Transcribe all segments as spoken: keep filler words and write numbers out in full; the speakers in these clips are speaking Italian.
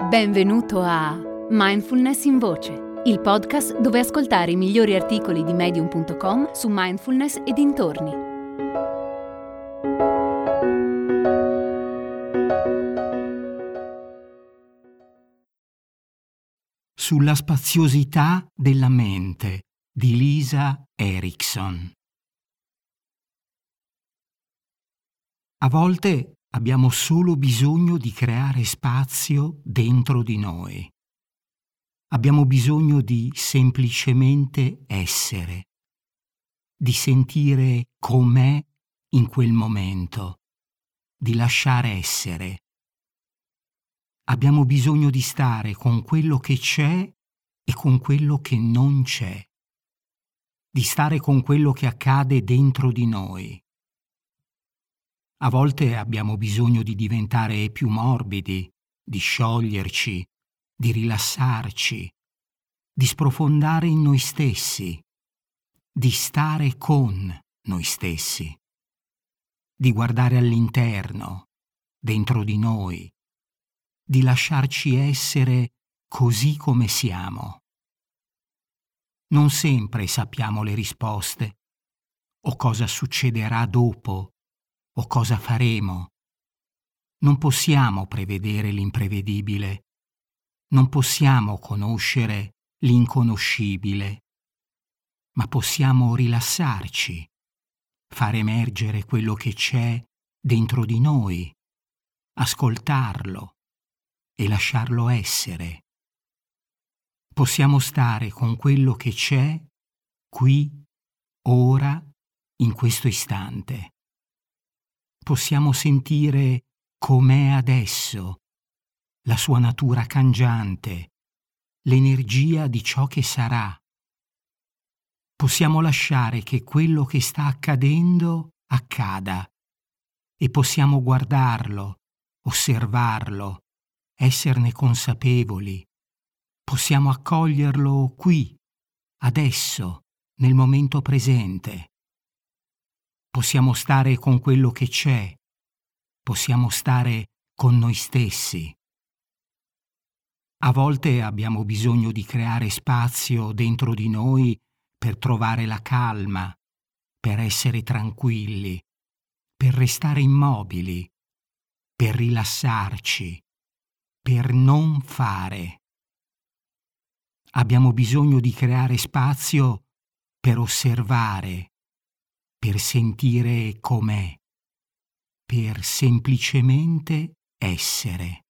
Benvenuto a Mindfulness in Voce, il podcast dove ascoltare i migliori articoli di medium punto com su mindfulness e dintorni. Sulla spaziosità della mente di Lisa Erickson. A volte abbiamo solo bisogno di creare spazio dentro di noi. Abbiamo bisogno di semplicemente essere, di sentire com'è in quel momento, di lasciare essere. Abbiamo bisogno di stare con quello che c'è e con quello che non c'è, di stare con quello che accade dentro di noi. A volte abbiamo bisogno di diventare più morbidi, di scioglierci, di rilassarci, di sprofondare in noi stessi, di stare con noi stessi, di guardare all'interno, dentro di noi, di lasciarci essere così come siamo. Non sempre sappiamo le risposte, o cosa succederà dopo, o cosa faremo. Non possiamo prevedere l'imprevedibile, non possiamo conoscere l'inconoscibile, ma possiamo rilassarci, far emergere quello che c'è dentro di noi, ascoltarlo e lasciarlo essere. Possiamo stare con quello che c'è qui, ora, in questo istante. Possiamo sentire com'è adesso, la sua natura cangiante, l'energia di ciò che sarà. Possiamo lasciare che quello che sta accadendo accada e possiamo guardarlo, osservarlo, esserne consapevoli. Possiamo accoglierlo qui, adesso, nel momento presente. Possiamo stare con quello che c'è, possiamo stare con noi stessi. A volte abbiamo bisogno di creare spazio dentro di noi per trovare la calma, per essere tranquilli, per restare immobili, per rilassarci, per non fare. Abbiamo bisogno di creare spazio per osservare, per sentire com'è, per semplicemente essere.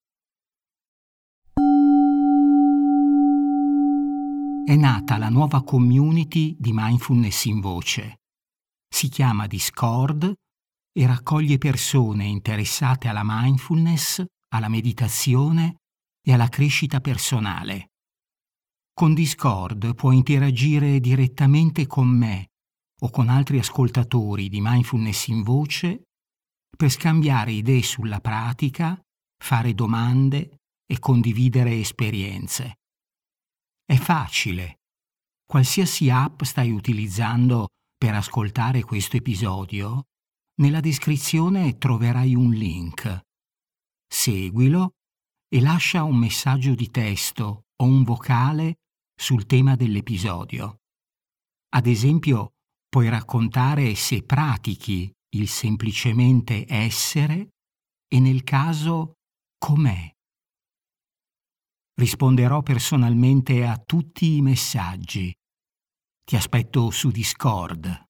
È nata la nuova community di Mindfulness in Voce. Si chiama Discord e raccoglie persone interessate alla mindfulness, alla meditazione e alla crescita personale. Con Discord puoi interagire direttamente con me o con altri ascoltatori di Mindfulness in Voce per scambiare idee sulla pratica, fare domande e condividere esperienze. È facile. Qualsiasi app stai utilizzando per ascoltare questo episodio, nella descrizione troverai un link. Seguilo e lascia un messaggio di testo o un vocale sul tema dell'episodio. Ad esempio, puoi raccontare se pratichi il semplicemente essere e nel caso com'è. Risponderò personalmente a tutti i messaggi. Ti aspetto su Discord.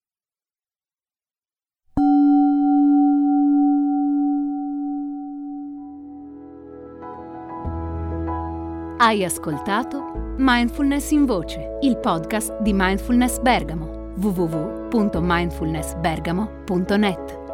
Hai ascoltato Mindfulness in Voce, il podcast di Mindfulness Bergamo. w w w punto mindfulness bergamo punto net